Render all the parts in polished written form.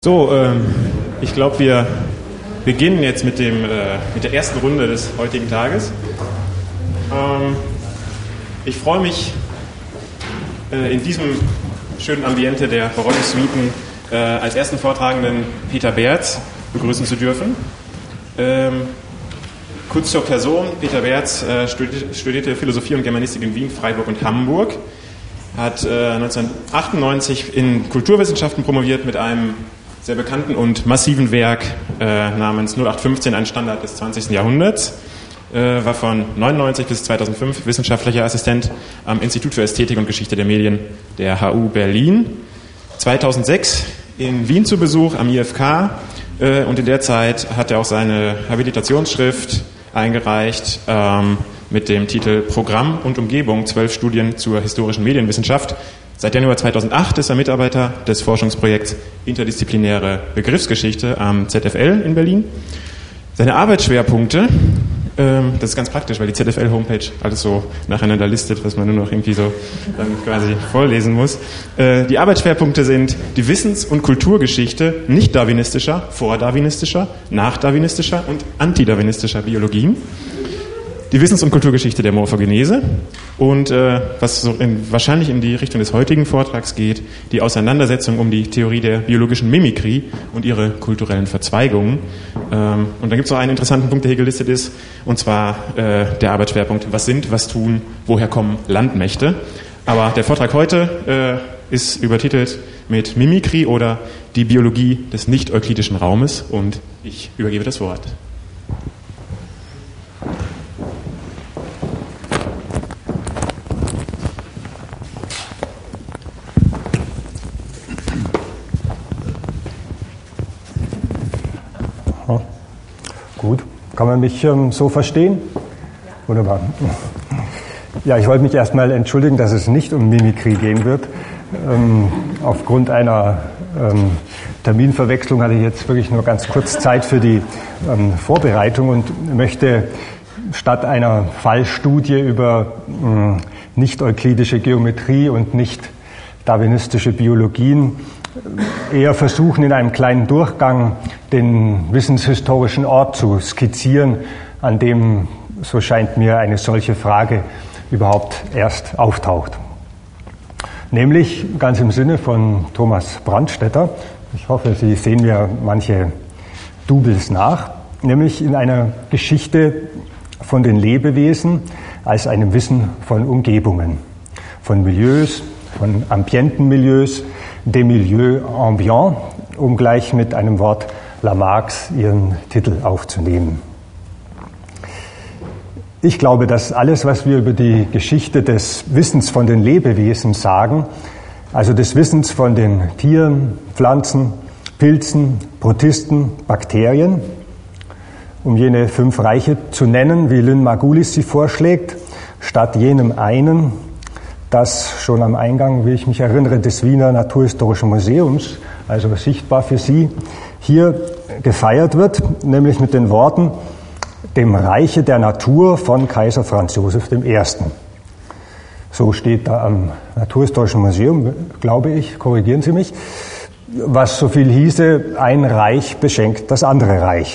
So, ich glaube, wir beginnen jetzt mit der ersten Runde des heutigen Tages. Ich freue mich, in diesem schönen Ambiente der Baroque-Suiten als ersten Vortragenden Peter Berz begrüßen zu dürfen. Kurz zur Person: Peter Berz studierte Philosophie und Germanistik in Wien, Freiburg und Hamburg, hat 1998 in Kulturwissenschaften promoviert mit einem sehr bekannten und massiven Werk namens 0815, ein Standard des 20. Jahrhunderts, war von 1999 bis 2005 wissenschaftlicher Assistent am Institut für Ästhetik und Geschichte der Medien der HU Berlin, 2006 in Wien zu Besuch am IFK, und in der Zeit hat er auch seine Habilitationsschrift eingereicht mit dem Titel Programm und Umgebung, 12 Studien zur historischen Medienwissenschaft. Seit Januar 2008 ist er Mitarbeiter des Forschungsprojekts Interdisziplinäre Begriffsgeschichte am ZFL in Berlin. Seine Arbeitsschwerpunkte, das ist ganz praktisch, weil die ZFL-Homepage alles so nacheinander listet, was man nur noch irgendwie so dann quasi vorlesen muss. Die Arbeitsschwerpunkte sind die Wissens- und Kulturgeschichte nicht-darwinistischer, vordarwinistischer, nachdarwinistischer und antidarwinistischer Biologien, die Wissens- und Kulturgeschichte der Morphogenese und was so wahrscheinlich in die Richtung des heutigen Vortrags geht, die Auseinandersetzung um die Theorie der biologischen Mimikrie und ihre kulturellen Verzweigungen. Und dann gibt es noch einen interessanten Punkt, der hier gelistet ist, und zwar der Arbeitsschwerpunkt: Was sind, was tun, woher kommen Landmächte? Aber der Vortrag heute ist übertitelt mit Mimikrie oder die Biologie des nicht-euklidischen Raumes, und ich übergebe das Wort. Gut, kann man mich so verstehen? Wunderbar. Ja, ich wollte mich erstmal entschuldigen, dass es nicht um Mimikrie gehen wird. Aufgrund einer Terminverwechslung hatte ich jetzt wirklich nur ganz kurz Zeit für die Vorbereitung und möchte statt einer Fallstudie über nicht-euklidische Geometrie und nicht-darwinistische Biologien eher versuchen, in einem kleinen Durchgang den wissenshistorischen Ort zu skizzieren, an dem, so scheint mir, eine solche Frage überhaupt erst auftaucht. Nämlich ganz im Sinne von Thomas Brandstätter, ich hoffe, Sie sehen mir manche Doubles nach, nämlich in einer Geschichte von den Lebewesen als einem Wissen von Umgebungen, von Milieus, von Ambientenmilieus, des Milieux ambiants, um gleich mit einem Wort Lamarcks ihren Titel aufzunehmen. Ich glaube, dass alles, was wir über die Geschichte des Wissens von den Lebewesen sagen, also des Wissens von den Tieren, Pflanzen, Pilzen, Protisten, Bakterien, um jene 5 Reiche zu nennen, wie Lynn Margulis sie vorschlägt, statt jenem einen, das schon am Eingang, wie ich mich erinnere, des Wiener Naturhistorischen Museums, also sichtbar für Sie, hier gefeiert wird, nämlich mit den Worten: dem Reiche der Natur von Kaiser Franz Joseph I. So steht da am Naturhistorischen Museum, glaube ich, korrigieren Sie mich, was so viel hieße: ein Reich beschenkt das andere Reich.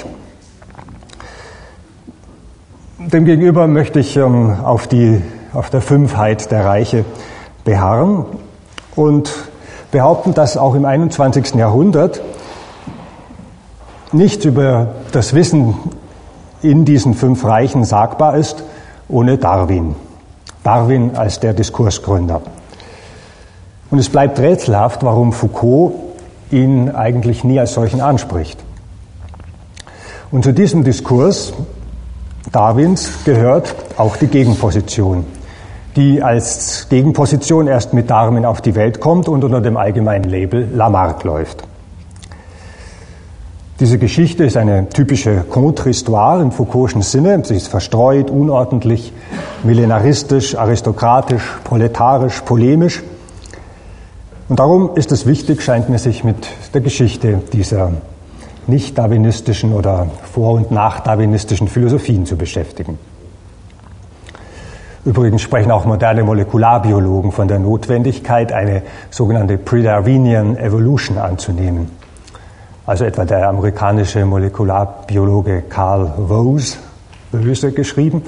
Demgegenüber möchte ich auf der Fünfheit der Reiche beharren und behaupten, dass auch im 21. Jahrhundert nichts über das Wissen in diesen 5 Reichen sagbar ist, ohne Darwin. Darwin als der Diskursgründer. Und es bleibt rätselhaft, warum Foucault ihn eigentlich nie als solchen anspricht. Und zu diesem Diskurs Darwins gehört auch die Gegenposition, die als Gegenposition erst mit Darwin auf die Welt kommt und unter dem allgemeinen Label Lamarck läuft. Diese Geschichte ist eine typische Contre-Histoire im Foucault'schen Sinne. Sie ist verstreut, unordentlich, millenaristisch, aristokratisch, proletarisch, polemisch. Und darum ist es wichtig, scheint mir, sich mit der Geschichte dieser nicht-darwinistischen oder vor- und nach-darwinistischen Philosophien zu beschäftigen. Übrigens sprechen auch moderne Molekularbiologen von der Notwendigkeit, eine sogenannte Pre-Darwinian Evolution anzunehmen. also etwa der amerikanische Molekularbiologe Carl Woese, Woese geschrieben,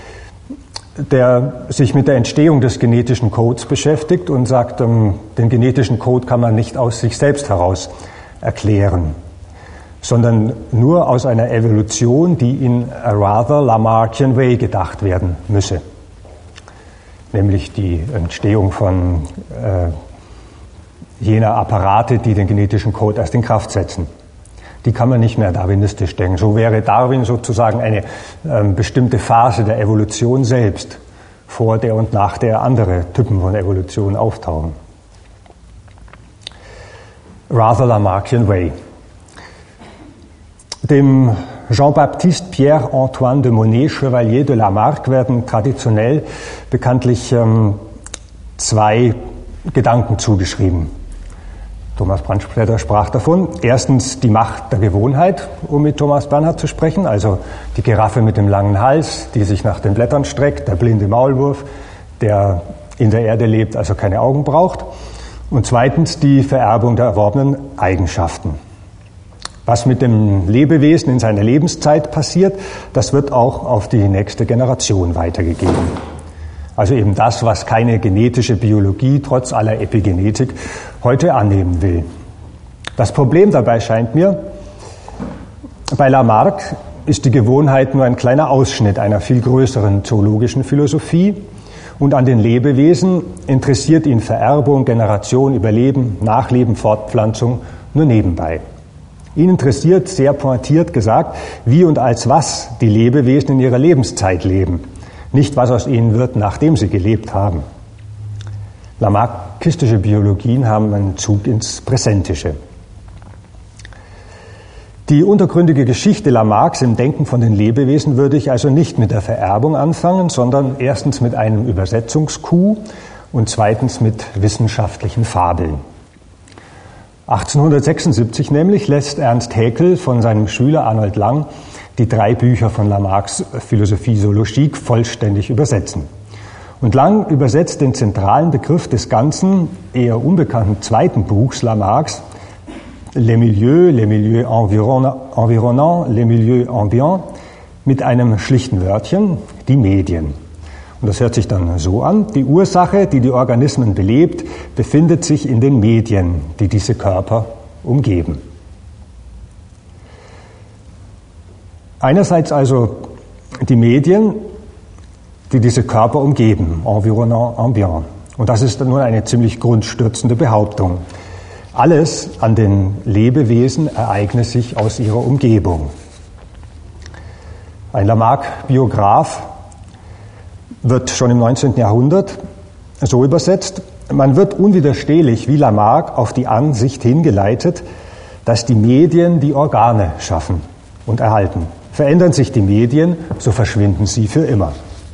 der sich mit der Entstehung des genetischen Codes beschäftigt und sagt, den genetischen Code kann man nicht aus sich selbst heraus erklären, sondern nur aus einer Evolution, die in a rather Lamarckian way gedacht werden müsse. Nämlich die Entstehung von jener Apparate, die den genetischen Code erst in Kraft setzen. Die kann man nicht mehr darwinistisch denken. So wäre Darwin sozusagen eine bestimmte Phase der Evolution selbst, vor der und nach der andere Typen von Evolution auftauchen. Rather Lamarckian way. Dem Jean-Baptiste Pierre-Antoine de Monet, Chevalier de Lamarck, werden traditionell bekanntlich zwei Gedanken zugeschrieben. Thomas Brandstätter sprach davon. Erstens die Macht der Gewohnheit, um mit Thomas Bernhard zu sprechen, also die Giraffe mit dem langen Hals, die sich nach den Blättern streckt, der blinde Maulwurf, der in der Erde lebt, also keine Augen braucht. Und zweitens die Vererbung der erworbenen Eigenschaften. Was mit dem Lebewesen in seiner Lebenszeit passiert, das wird auch auf die nächste Generation weitergegeben. Also eben das, was keine genetische Biologie trotz aller Epigenetik heute annehmen will. Das Problem dabei scheint mir, bei Lamarck ist die Gewohnheit nur ein kleiner Ausschnitt einer viel größeren zoologischen Philosophie und an den Lebewesen interessiert ihn Vererbung, Generation, Überleben, Nachleben, Fortpflanzung nur nebenbei. Ihn interessiert, sehr pointiert gesagt, wie und als was die Lebewesen in ihrer Lebenszeit leben. Nicht, was aus ihnen wird, nachdem sie gelebt haben. Lamarckistische Biologien haben einen Zug ins Präsentische. Die untergründige Geschichte Lamarcks im Denken von den Lebewesen würde ich also nicht mit der Vererbung anfangen, sondern erstens mit einem Übersetzungscoup und zweitens mit wissenschaftlichen Fabeln. 1876 nämlich lässt Ernst Haeckel von seinem Schüler Arnold Lang die 3 Bücher von Lamarcks Philosophie zoologique vollständig übersetzen. Und Lang übersetzt den zentralen Begriff des ganzen, eher unbekannten zweiten Buchs Lamarcks, les milieux environnants, les milieux ambiants, mit einem schlichten Wörtchen, die Medien. Und das hört sich dann so an: Die Ursache, die die Organismen belebt, befindet sich in den Medien, die diese Körper umgeben. Einerseits also die Medien, die diese Körper umgeben, environnant, ambient. Und das ist nun eine ziemlich grundstürzende Behauptung. Alles an den Lebewesen ereigne sich aus ihrer Umgebung. Ein Lamarck-Biograf wird schon im 19. Jahrhundert so übersetzt: Man wird unwiderstehlich wie Lamarck auf die Ansicht hingeleitet, dass die Medien die Organe schaffen und erhalten. Verändern sich die Medien, so verschwinden sie für immer.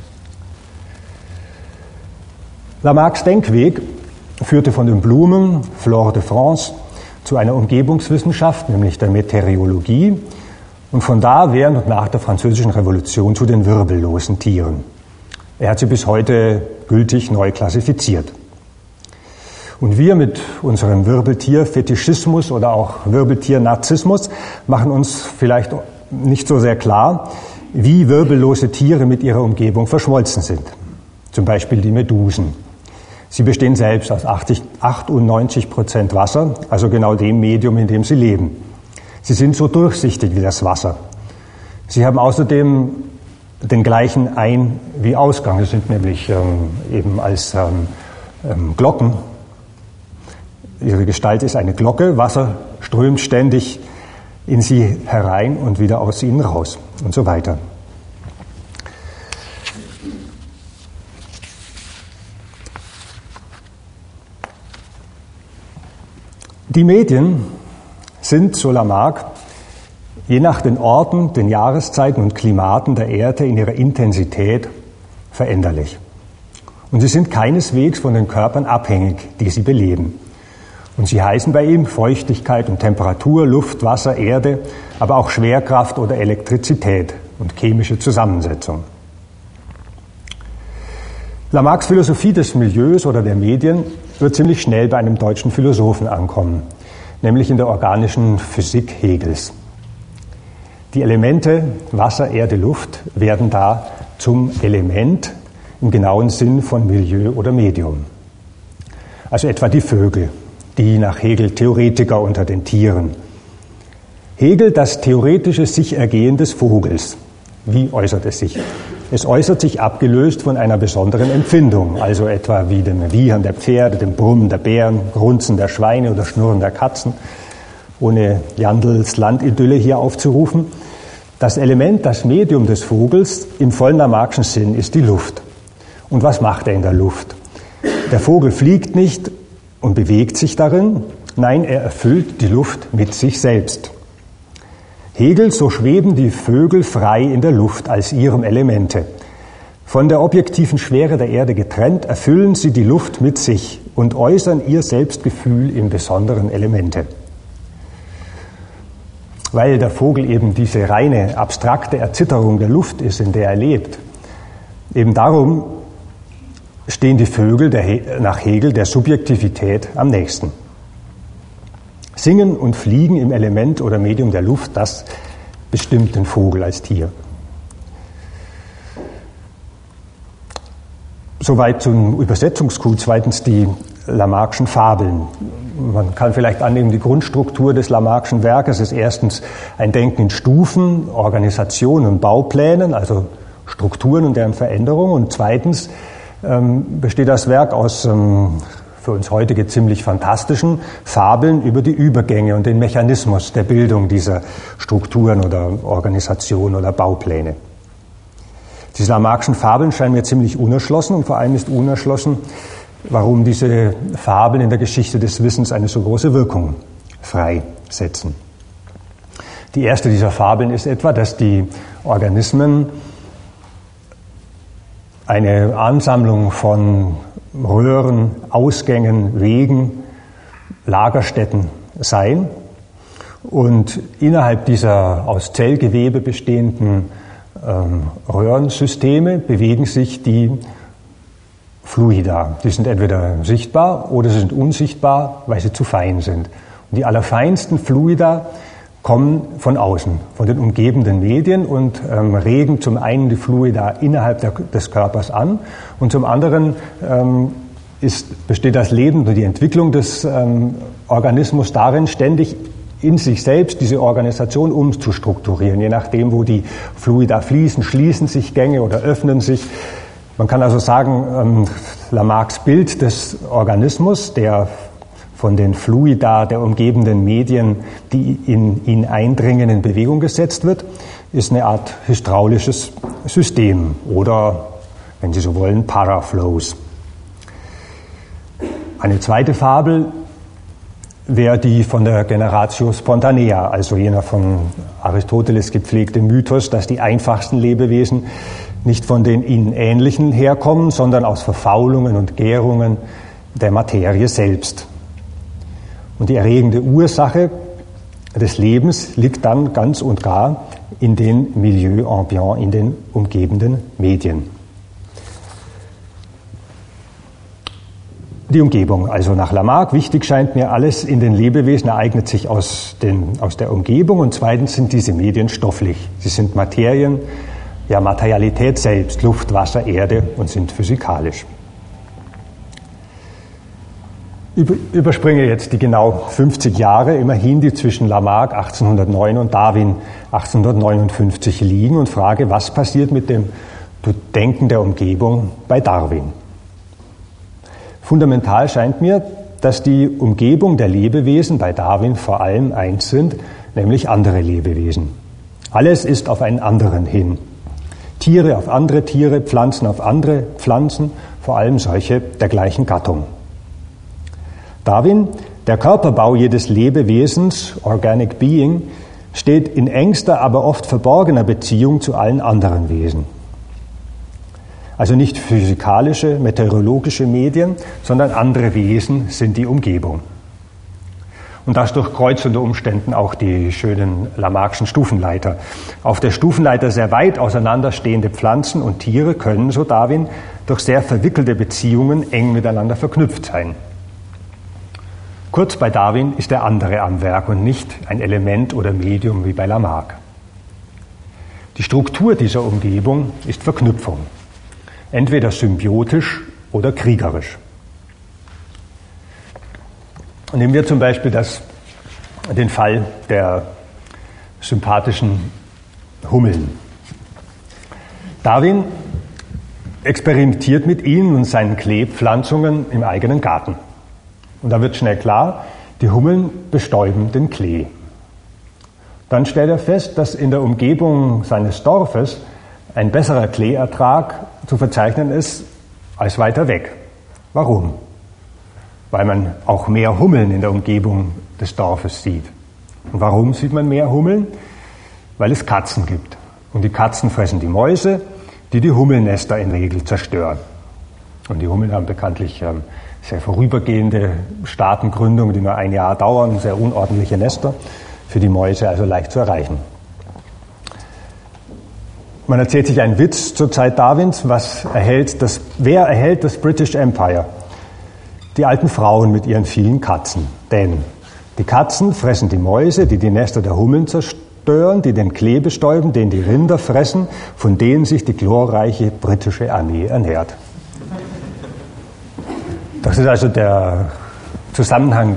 Lamarcks Denkweg führte von den Blumen, Flore de France, zu einer Umgebungswissenschaft, nämlich der Meteorologie, und von da während und nach der Französischen Revolution zu den wirbellosen Tieren. Er hat sie bis heute gültig neu klassifiziert. Und wir mit unserem Wirbeltier-Fetischismus oder auch Wirbeltier-Narzissmus machen uns vielleicht nicht so sehr klar, wie wirbellose Tiere mit ihrer Umgebung verschmolzen sind. Zum Beispiel die Medusen. Sie bestehen selbst aus 98% Wasser, also genau dem Medium, in dem sie leben. Sie sind so durchsichtig wie das Wasser. Sie haben außerdem den gleichen Ein- wie Ausgang. Sie sind nämlich eben als Glocken. Ihre Gestalt ist eine Glocke. Wasser strömt ständig in sie herein und wieder aus ihnen raus und so weiter. Die Medien sind, so Lamarck, je nach den Orten, den Jahreszeiten und Klimaten der Erde in ihrer Intensität veränderlich. Und sie sind keineswegs von den Körpern abhängig, die sie beleben. Und sie heißen bei ihm Feuchtigkeit und Temperatur, Luft, Wasser, Erde, aber auch Schwerkraft oder Elektrizität und chemische Zusammensetzung. Lamarcks Philosophie des Milieus oder der Medien wird ziemlich schnell bei einem deutschen Philosophen ankommen, nämlich in der organischen Physik Hegels. Die Elemente Wasser, Erde, Luft werden da zum Element im genauen Sinn von Milieu oder Medium. Also etwa die Vögel, die nach Hegel Theoretiker unter den Tieren. Hegel das theoretische Sich-Ergehen des Vogels. Wie äußert es sich? Es äußert sich abgelöst von einer besonderen Empfindung, also etwa wie dem Wiehern der Pferde, dem Brummen der Bären, Grunzen der Schweine oder Schnurren der Katzen, ohne Jandls Landidylle hier aufzurufen. Das Element, das Medium des Vogels im vollen Lamarckschen Sinn ist die Luft. Und was macht er in der Luft? Der Vogel fliegt nicht und bewegt sich darin, nein, er erfüllt die Luft mit sich selbst. Hegel, so schweben die Vögel frei in der Luft als ihrem Elemente. Von der objektiven Schwere der Erde getrennt, erfüllen sie die Luft mit sich und äußern ihr Selbstgefühl im besonderen Elemente. Weil der Vogel eben diese reine, abstrakte Erzitterung der Luft ist, in der er lebt. Eben darum stehen die Vögel nach Hegel der Subjektivität am nächsten. Singen und Fliegen im Element oder Medium der Luft, das bestimmt den Vogel als Tier. Soweit zum Übersetzungscoup. Zweitens die Lamarckschen Fabeln. Man kann vielleicht annehmen, die Grundstruktur des Lamarckschen Werkes ist erstens ein Denken in Stufen, Organisationen und Bauplänen, also Strukturen und deren Veränderung. Und zweitens besteht das Werk aus für uns heutige ziemlich fantastischen Fabeln über die Übergänge und den Mechanismus der Bildung dieser Strukturen oder Organisationen oder Baupläne. Diese Lamarckschen Fabeln scheinen mir ziemlich unerschlossen und vor allem ist unerschlossen, warum diese Fabeln in der Geschichte des Wissens eine so große Wirkung freisetzen. Die erste dieser Fabeln ist etwa, dass die Organismen eine Ansammlung von Röhren, Ausgängen, Wegen, Lagerstätten seien und innerhalb dieser aus Zellgewebe bestehenden Röhrensysteme bewegen sich die Fluida. Die sind entweder sichtbar oder sie sind unsichtbar, weil sie zu fein sind. Und die allerfeinsten Fluida kommen von außen, von den umgebenden Medien und regen zum einen die Fluida innerhalb des Körpers an und zum anderen besteht das Leben und die Entwicklung des Organismus darin, ständig in sich selbst diese Organisation umzustrukturieren. Je nachdem, wo die Fluida fließen, schließen sich Gänge oder öffnen sich. Man kann also sagen, Lamarcks Bild des Organismus, der von den Fluida der umgebenden Medien, die in ihn eindringen, in Bewegung gesetzt wird, ist eine Art hydraulisches System oder, wenn Sie so wollen, Paraflows. Eine zweite Fabel wäre die von der Generatio Spontanea, also jener von Aristoteles gepflegte Mythos, dass die einfachsten Lebewesen nicht von den ihnen ähnlichen herkommen, sondern aus Verfaulungen und Gärungen der Materie selbst. Und die erregende Ursache des Lebens liegt dann ganz und gar in den Milieu ambiant, in den umgebenden Medien. Die Umgebung, also nach Lamarck, wichtig scheint mir, alles in den Lebewesen ereignet sich aus der Umgebung und zweitens sind diese Medien stofflich. Sie sind Materien, ja Materialität selbst, Luft, Wasser, Erde und sind physikalisch. Überspringe jetzt die genau 50 Jahre, immerhin, die zwischen Lamarck 1809 und Darwin 1859 liegen und frage, was passiert mit dem Denken der Umgebung bei Darwin? Fundamental scheint mir, dass die Umgebung der Lebewesen bei Darwin vor allem eins sind, nämlich andere Lebewesen. Alles ist auf einen anderen hin. Tiere auf andere Tiere, Pflanzen auf andere Pflanzen, vor allem solche der gleichen Gattung. Darwin, der Körperbau jedes Lebewesens, Organic Being, steht in engster, aber oft verborgener Beziehung zu allen anderen Wesen. Also nicht physikalische, meteorologische Medien, sondern andere Wesen sind die Umgebung. Und das durchkreuzt unter Umständen auch die schönen Lamarckschen Stufenleiter. Auf der Stufenleiter sehr weit auseinanderstehende Pflanzen und Tiere können, so Darwin, durch sehr verwickelte Beziehungen eng miteinander verknüpft sein. Kurz, bei Darwin ist der andere am Werk und nicht ein Element oder Medium wie bei Lamarck. Die Struktur dieser Umgebung ist Verknüpfung, entweder symbiotisch oder kriegerisch. Nehmen wir zum Beispiel den Fall der sympathischen Hummeln. Darwin experimentiert mit ihnen und seinen Kleepflanzungen im eigenen Garten. Und da wird schnell klar, die Hummeln bestäuben den Klee. Dann stellt er fest, dass in der Umgebung seines Dorfes ein besserer Kleeertrag zu verzeichnen ist als weiter weg. Warum? Weil man auch mehr Hummeln in der Umgebung des Dorfes sieht. Und warum sieht man mehr Hummeln? Weil es Katzen gibt. Und die Katzen fressen die Mäuse, die Hummelnester in der Regel zerstören. Und die Hummeln haben bekanntlich sehr vorübergehende Staatengründungen, die nur ein Jahr dauern, sehr unordentliche Nester, für die Mäuse also leicht zu erreichen. Man erzählt sich einen Witz zur Zeit Darwins, wer erhält das British Empire? Die alten Frauen mit ihren vielen Katzen. Denn die Katzen fressen die Mäuse, die Nester der Hummeln zerstören, die den Klee bestäuben, den die Rinder fressen, von denen sich die glorreiche britische Armee ernährt. Das ist also der Zusammenhang,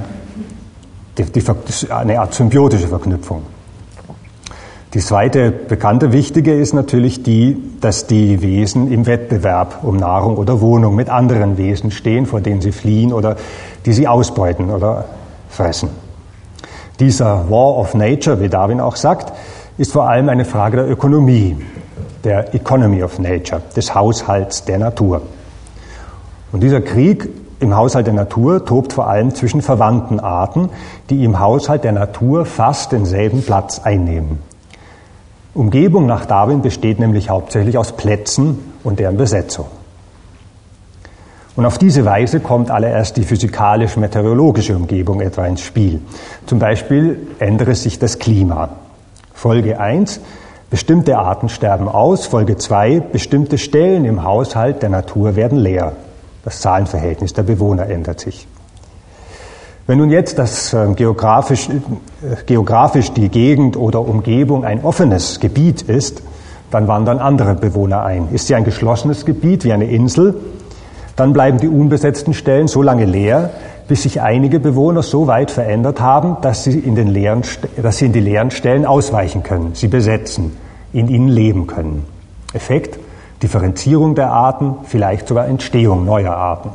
eine Art symbiotische Verknüpfung. Die zweite bekannte wichtige ist natürlich die, dass die Wesen im Wettbewerb um Nahrung oder Wohnung mit anderen Wesen stehen, vor denen sie fliehen oder die sie ausbeuten oder fressen. Dieser War of Nature, wie Darwin auch sagt, ist vor allem eine Frage der Ökonomie, der Economy of Nature, des Haushalts der Natur. Und dieser Krieg im Haushalt der Natur tobt vor allem zwischen verwandten Arten, die im Haushalt der Natur fast denselben Platz einnehmen. Umgebung nach Darwin besteht nämlich hauptsächlich aus Plätzen und deren Besetzung. Und auf diese Weise kommt allererst die physikalisch-meteorologische Umgebung etwa ins Spiel. Zum Beispiel ändere sich das Klima. Folge 1, bestimmte Arten sterben aus. Folge 2, bestimmte Stellen im Haushalt der Natur werden leer. Das Zahlenverhältnis der Bewohner ändert sich. Wenn nun jetzt das geografisch die Gegend oder Umgebung ein offenes Gebiet ist, dann wandern andere Bewohner ein. Ist sie ein geschlossenes Gebiet wie eine Insel, dann bleiben die unbesetzten Stellen so lange leer, bis sich einige Bewohner so weit verändert haben, dass sie in die leeren Stellen ausweichen können, sie besetzen, in ihnen leben können. Effekt: Differenzierung der Arten, vielleicht sogar Entstehung neuer Arten.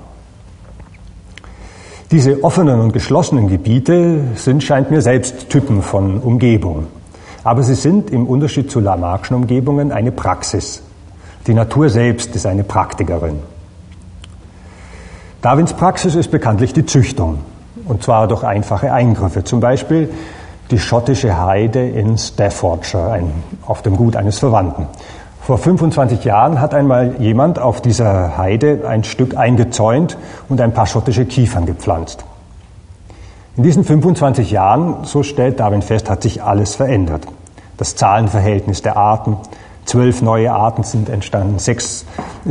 Diese offenen und geschlossenen Gebiete sind, scheint mir, selbst Typen von Umgebung. Aber sie sind im Unterschied zu Lamarckschen Umgebungen eine Praxis. Die Natur selbst ist eine Praktikerin. Darwins Praxis ist bekanntlich die Züchtung, und zwar durch einfache Eingriffe. Zum Beispiel die schottische Heide in Staffordshire, auf dem Gut eines Verwandten. Vor 25 Jahren hat einmal jemand auf dieser Heide ein Stück eingezäunt und ein paar schottische Kiefern gepflanzt. In diesen 25 Jahren, so stellt Darwin fest, hat sich alles verändert. Das Zahlenverhältnis der Arten, 12 neue Arten sind entstanden, 6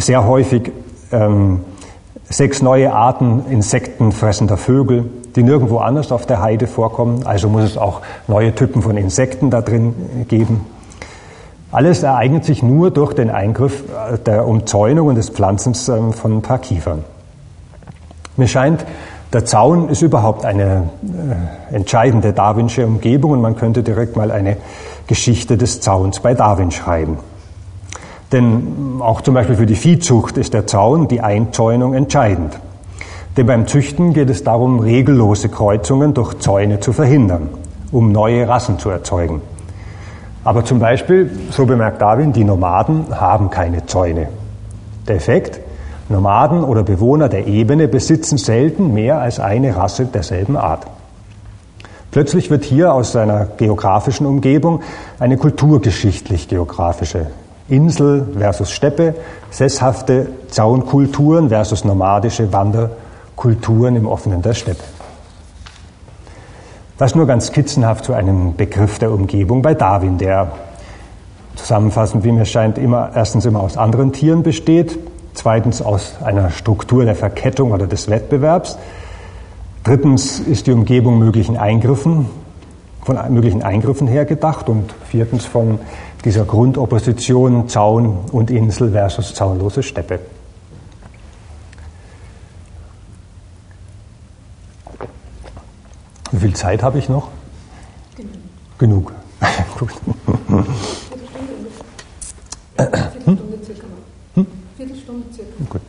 neue Arten insektenfressender Vögel, die nirgendwo anders auf der Heide vorkommen, also muss es auch neue Typen von Insekten da drin geben. Alles ereignet sich nur durch den Eingriff der Umzäunung und des Pflanzens von ein paar Kiefern. Mir scheint, der Zaun ist überhaupt eine entscheidende darwinsche Umgebung und man könnte direkt mal eine Geschichte des Zauns bei Darwin schreiben. Denn auch zum Beispiel für die Viehzucht ist der Zaun, die Einzäunung, entscheidend. Denn beim Züchten geht es darum, regellose Kreuzungen durch Zäune zu verhindern, um neue Rassen zu erzeugen. Aber zum Beispiel, so bemerkt Darwin, die Nomaden haben keine Zäune. Der Effekt: Nomaden oder Bewohner der Ebene besitzen selten mehr als eine Rasse derselben Art. Plötzlich wird hier aus seiner geografischen Umgebung eine kulturgeschichtlich-geografische Insel versus Steppe, sesshafte Zaunkulturen versus nomadische Wanderkulturen im Offenen der Steppe. Das nur ganz skizzenhaft zu einem Begriff der Umgebung bei Darwin, der zusammenfassend, wie mir scheint, erstens immer aus anderen Tieren besteht, zweitens aus einer Struktur der Verkettung oder des Wettbewerbs, Drittens ist die Umgebung von möglichen Eingriffen her gedacht und viertens von dieser Grundopposition Zaun und Insel versus zaunlose Steppe. Wie viel Zeit habe ich noch? Genug. Gut. Viertelstunde circa. Viertelstunde circa. Gut.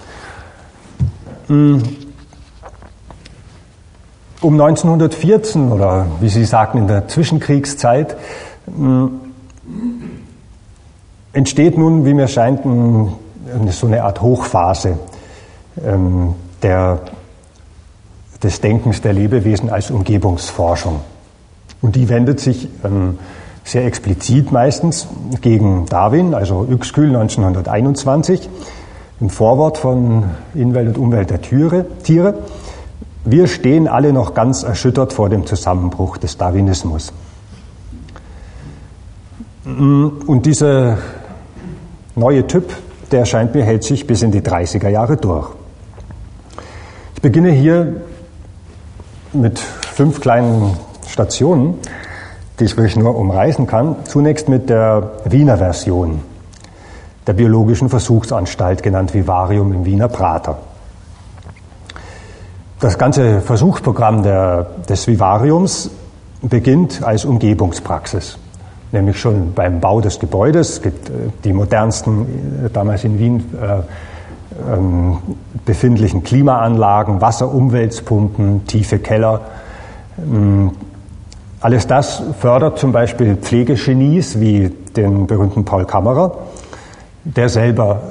Um 1914 oder wie Sie sagten in der Zwischenkriegszeit entsteht nun, wie mir scheint, so eine Art Hochphase des Denkens der Lebewesen als Umgebungsforschung. Und die wendet sich sehr explizit meistens gegen Darwin, also Uexküll 1921, im Vorwort von Inwelt und Umwelt der Tiere. Wir stehen alle noch ganz erschüttert vor dem Zusammenbruch des Darwinismus. Und dieser neue Typ, der scheint mir, hält sich bis in die 30er Jahre durch. Ich beginne hier mit 5 kleinen Stationen, die ich wirklich nur umreißen kann. Zunächst mit der Wiener Version der Biologischen Versuchsanstalt, genannt Vivarium im Wiener Prater. Das ganze Versuchsprogramm des Vivariums beginnt als Umgebungspraxis, nämlich schon beim Bau des Gebäudes. Es gibt die modernsten, damals in Wien befindlichen Klimaanlagen, Wasserumwälzpumpen, tiefe Keller. Alles das fördert zum Beispiel Pflegegenies wie den berühmten Paul Kammerer, der selber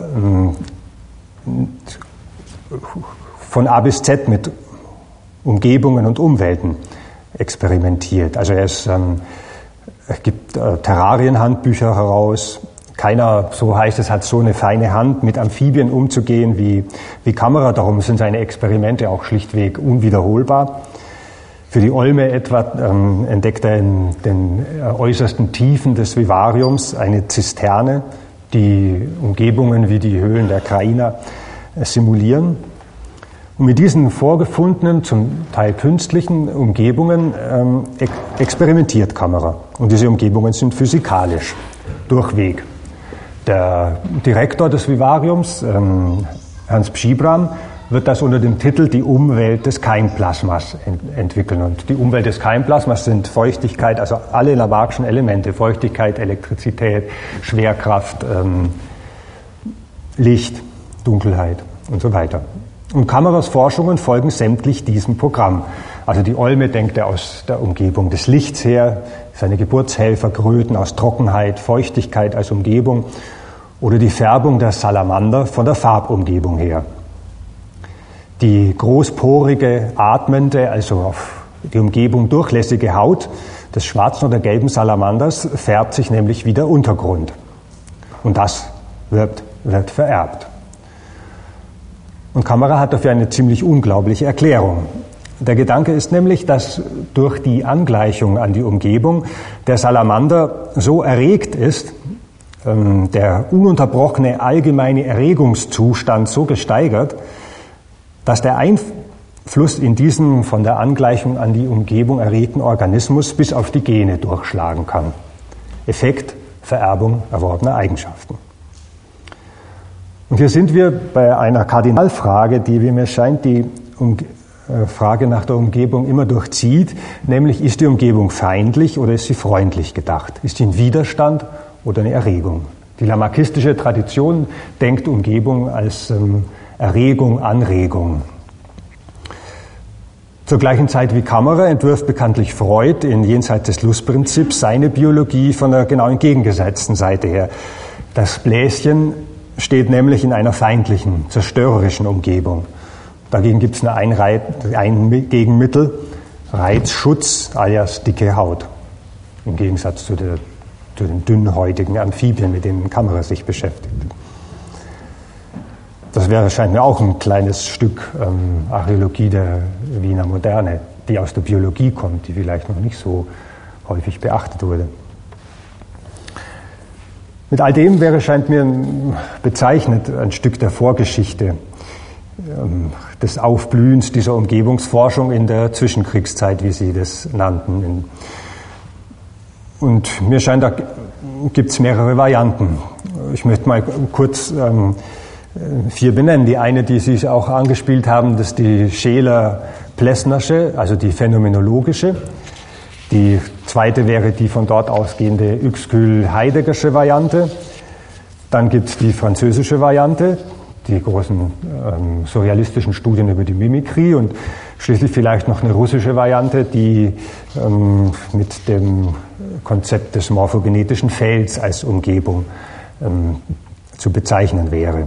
von A bis Z mit Umgebungen und Umwelten experimentiert. Also er gibt Terrarienhandbücher heraus. Keiner, so heißt es, hat so eine feine Hand, mit Amphibien umzugehen wie Kammerer. Darum sind seine Experimente auch schlichtweg unwiederholbar. Für die Olme etwa entdeckt er in den äußersten Tiefen des Vivariums eine Zisterne, die Umgebungen wie die Höhlen der Krainer simulieren. Und mit diesen vorgefundenen, zum Teil künstlichen Umgebungen experimentiert Kammerer. Und diese Umgebungen sind physikalisch, durchweg. Der Direktor des Vivariums, Hans Pschibram, wird das unter dem Titel Die Umwelt des Keimplasmas entwickeln. Und die Umwelt des Keimplasmas sind Feuchtigkeit, also alle Lamarckschen Elemente, Feuchtigkeit, Elektrizität, Schwerkraft, Licht, Dunkelheit und so weiter. Und Kammerers Forschungen folgen sämtlich diesem Programm. Also die Olme denkt er aus der Umgebung des Lichts her, seine Geburtshelfer Kröten aus Trockenheit, Feuchtigkeit als Umgebung oder die Färbung der Salamander von der Farbumgebung her. Die großporige, atmende, also auf die Umgebung durchlässige Haut des schwarzen oder gelben Salamanders färbt sich nämlich wie der Untergrund. Und das wird vererbt. Und Kammerer hat dafür eine ziemlich unglaubliche Erklärung. Der Gedanke ist nämlich, dass durch die Angleichung an die Umgebung der Salamander so erregt ist, der ununterbrochene allgemeine Erregungszustand so gesteigert, dass der Einfluss in diesen von der Angleichung an die Umgebung erregten Organismus bis auf die Gene durchschlagen kann. Effekt, Vererbung erworbener Eigenschaften. Und hier sind wir bei einer Kardinalfrage, die, wie mir scheint, die Frage nach der Umgebung immer durchzieht, nämlich ist die Umgebung feindlich oder ist sie freundlich gedacht? Ist sie ein Widerstand oder eine Erregung? Die lamarckistische Tradition denkt Umgebung als Erregung, Anregung. Zur gleichen Zeit wie Kammerer entwirft bekanntlich Freud in Jenseits des Lustprinzips seine Biologie von der genau entgegengesetzten Seite her. Das Bläschen steht nämlich in einer feindlichen, zerstörerischen Umgebung. Dagegen gibt es nur ein Gegenmittel, Reizschutz alias dicke Haut, im Gegensatz zu den dünnhäutigen Amphibien, mit denen Kammerer sich beschäftigt. Das scheint mir auch ein kleines Stück Archäologie der Wiener Moderne, die aus der Biologie kommt, die vielleicht noch nicht so häufig beachtet wurde. Mit all dem scheint mir bezeichnet ein Stück der Vorgeschichte des Aufblühens dieser Umgebungsforschung in der Zwischenkriegszeit, wie Sie das nannten. Und mir scheint, da gibt es mehrere Varianten. Ich möchte mal kurz 4 benennen. Die eine, die Sie auch angespielt haben, das ist die Scheler-Plessnersche, also die phänomenologische. Die zweite wäre die von dort ausgehende Uexküll-Heideggersche Variante. Dann gibt es die französische Variante, die großen surrealistischen Studien über die Mimikrie und schließlich vielleicht noch eine russische Variante, die mit dem Konzept des morphogenetischen Felds als Umgebung zu bezeichnen wäre.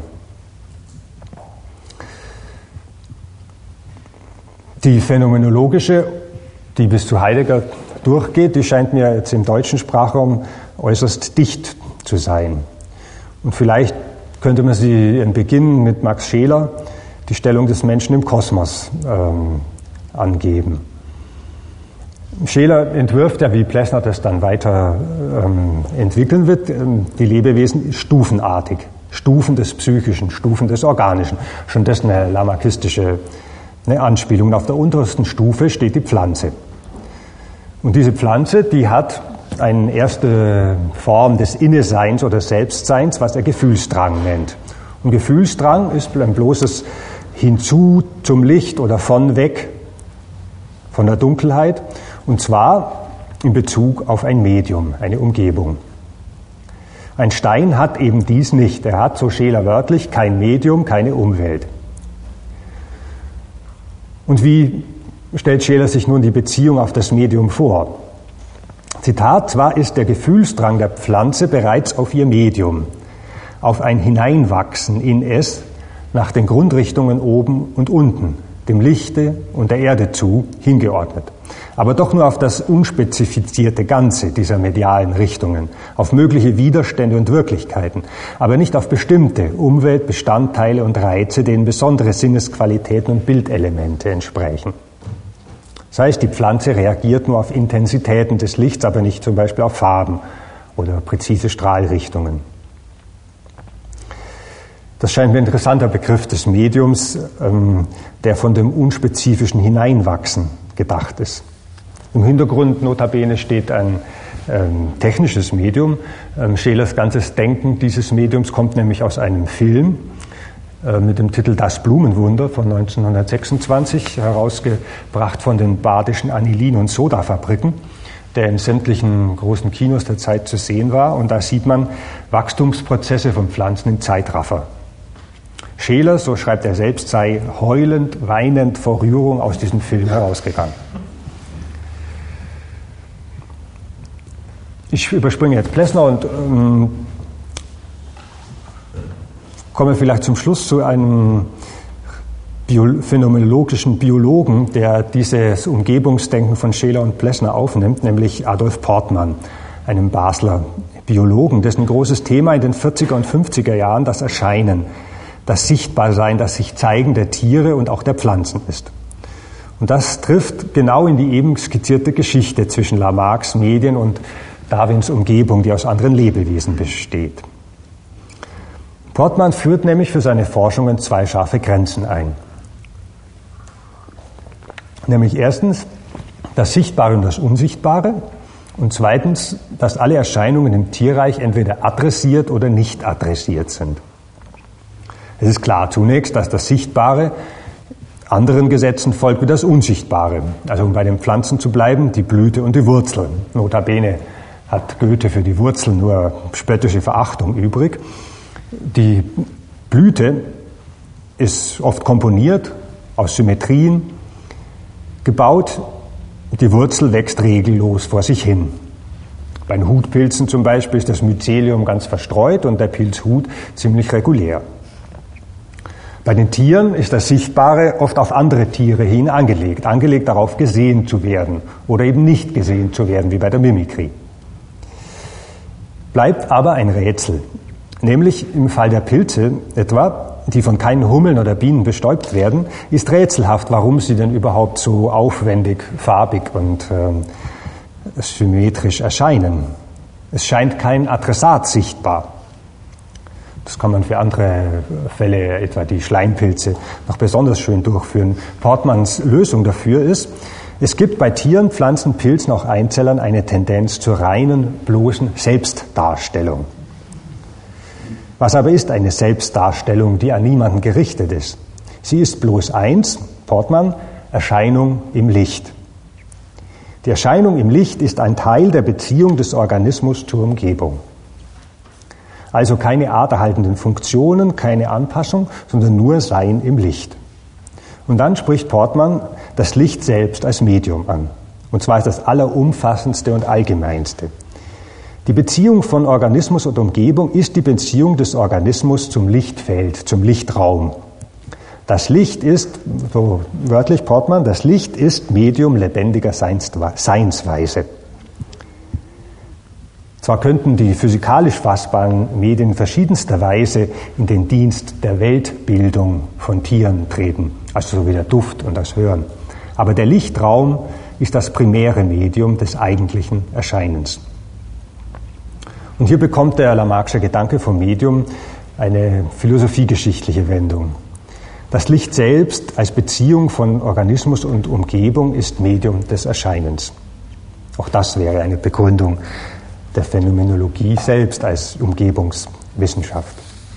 Die phänomenologische, die bis zu Heidegger durchgeht, die scheint mir jetzt im deutschen Sprachraum äußerst dicht zu sein. Und vielleicht könnte man sie beginnen mit Max Scheler, die Stellung des Menschen im Kosmos angeben. Scheler entwirft ja, wie Plessner das dann weiter entwickeln wird, die Lebewesen stufenartig. Stufen des Psychischen, Stufen des Organischen. Schon das eine lamarckistische Anspielung. Und auf der untersten Stufe steht die Pflanze. Und diese Pflanze, die hat eine erste Form des Inneseins oder Selbstseins, was er Gefühlsdrang nennt. Und Gefühlsdrang ist ein bloßes Hinzu zum Licht oder von weg von der Dunkelheit, und zwar in Bezug auf ein Medium, eine Umgebung. Ein Stein hat eben dies nicht. Er hat, so Scheler wörtlich, kein Medium, keine Umwelt. Und wie stellt Scheler sich nun die Beziehung auf das Medium vor? Zitat: Zwar ist der Gefühlsdrang der Pflanze bereits auf ihr Medium, auf ein Hineinwachsen in es, nach den Grundrichtungen oben und unten, dem Lichte und der Erde zu, hingeordnet. Aber doch nur auf das unspezifizierte Ganze dieser medialen Richtungen, auf mögliche Widerstände und Wirklichkeiten, aber nicht auf bestimmte Umweltbestandteile und Reize, denen besondere Sinnesqualitäten und Bildelemente entsprechen. Das heißt, die Pflanze reagiert nur auf Intensitäten des Lichts, aber nicht zum Beispiel auf Farben oder präzise Strahlrichtungen. Das scheint mir ein interessanter Begriff des Mediums, der von dem unspezifischen Hineinwachsen gedacht ist. Im Hintergrund notabene steht ein technisches Medium. Schelers ganzes Denken dieses Mediums kommt nämlich aus einem Film mit dem Titel Das Blumenwunder von 1926, herausgebracht von den badischen Anilin- und Sodafabriken, der in sämtlichen großen Kinos der Zeit zu sehen war. Und da sieht man Wachstumsprozesse von Pflanzen im Zeitraffer. Scheler, so schreibt er selbst, sei heulend, weinend vor Rührung aus diesem Film herausgegangen. Ich überspringe jetzt Plessner und komme vielleicht zum Schluss zu einem phänomenologischen Biologen, der dieses Umgebungsdenken von Scheler und Plessner aufnimmt, nämlich Adolf Portmann, einem Basler Biologen, dessen großes Thema in den 40er und 50er Jahren das Erscheinen, das Sichtbarsein, das sich Zeigen der Tiere und auch der Pflanzen ist. Und das trifft genau in die eben skizzierte Geschichte zwischen Lamarcks Medien und Darwins Umgebung, die aus anderen Lebewesen besteht. Portmann führt nämlich für seine Forschungen 2 scharfe Grenzen ein. Nämlich erstens das Sichtbare und das Unsichtbare und zweitens, dass alle Erscheinungen im Tierreich entweder adressiert oder nicht adressiert sind. Es ist klar zunächst, dass das Sichtbare anderen Gesetzen folgt wie das Unsichtbare. Also um bei den Pflanzen zu bleiben, die Blüte und die Wurzel. Notabene hat Goethe für die Wurzel nur spöttische Verachtung übrig. Die Blüte ist oft komponiert, aus Symmetrien gebaut. Die Wurzel wächst regellos vor sich hin. Bei den Hutpilzen zum Beispiel ist das Mycelium ganz verstreut und der Pilzhut ziemlich regulär. Bei den Tieren ist das Sichtbare oft auf andere Tiere hin angelegt darauf gesehen zu werden oder eben nicht gesehen zu werden, wie bei der Mimikrie. Bleibt aber ein Rätsel, nämlich im Fall der Pilze etwa, die von keinen Hummeln oder Bienen bestäubt werden, ist rätselhaft, warum sie denn überhaupt so aufwendig, farbig und symmetrisch erscheinen. Es scheint kein Adressat sichtbar. Das kann man für andere Fälle, etwa die Schleimpilze, noch besonders schön durchführen. Portmans Lösung dafür ist, es gibt bei Tieren, Pflanzen, Pilzen, auch Einzellern eine Tendenz zur reinen, bloßen Selbstdarstellung. Was aber ist eine Selbstdarstellung, die an niemanden gerichtet ist? Sie ist bloß eins, Portman, Erscheinung im Licht. Die Erscheinung im Licht ist ein Teil der Beziehung des Organismus zur Umgebung. Also keine arterhaltenden Funktionen, keine Anpassung, sondern nur Sein im Licht. Und dann spricht Portman das Licht selbst als Medium an. Und zwar ist das allerumfassendste und allgemeinste. Die Beziehung von Organismus und Umgebung ist die Beziehung des Organismus zum Lichtfeld, zum Lichtraum. Das Licht ist, so wörtlich Portman, das Licht ist Medium lebendiger Seinsweise. Zwar könnten die physikalisch fassbaren Medien in verschiedenster Weise in den Dienst der Weltbildung von Tieren treten, also so wie der Duft und das Hören. Aber der Lichtraum ist das primäre Medium des eigentlichen Erscheinens. Und hier bekommt der Lamarck'sche Gedanke vom Medium eine philosophiegeschichtliche Wendung. Das Licht selbst als Beziehung von Organismus und Umgebung ist Medium des Erscheinens. Auch das wäre eine Begründung der Phänomenologie selbst als Umgebungswissenschaft.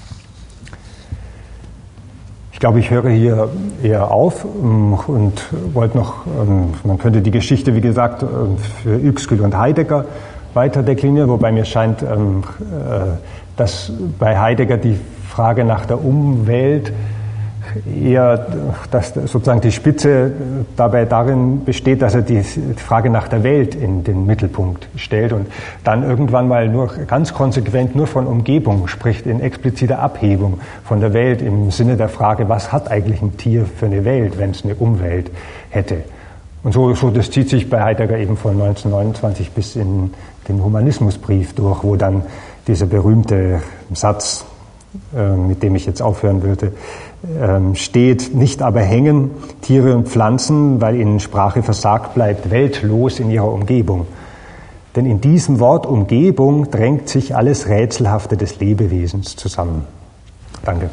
Ich glaube, ich höre hier eher auf und wollte noch, man könnte die Geschichte, wie gesagt, für Uexküll und Heidegger weiter deklinieren, wobei mir scheint, dass bei Heidegger die Frage nach der Umwelt eher, dass sozusagen die Spitze dabei darin besteht, dass er die Frage nach der Welt in den Mittelpunkt stellt und dann irgendwann mal nur ganz konsequent nur von Umgebung spricht, in expliziter Abhebung von der Welt im Sinne der Frage, was hat eigentlich ein Tier für eine Welt, wenn es eine Umwelt hätte. Und so das zieht sich bei Heidegger eben von 1929 bis in den Humanismusbrief durch, wo dann dieser berühmte Satz, mit dem ich jetzt aufhören würde, steht, nicht aber hängen Tiere und Pflanzen, weil ihnen Sprache versagt bleibt, weltlos in ihrer Umgebung. Denn in diesem Wort Umgebung drängt sich alles Rätselhafte des Lebewesens zusammen. Danke.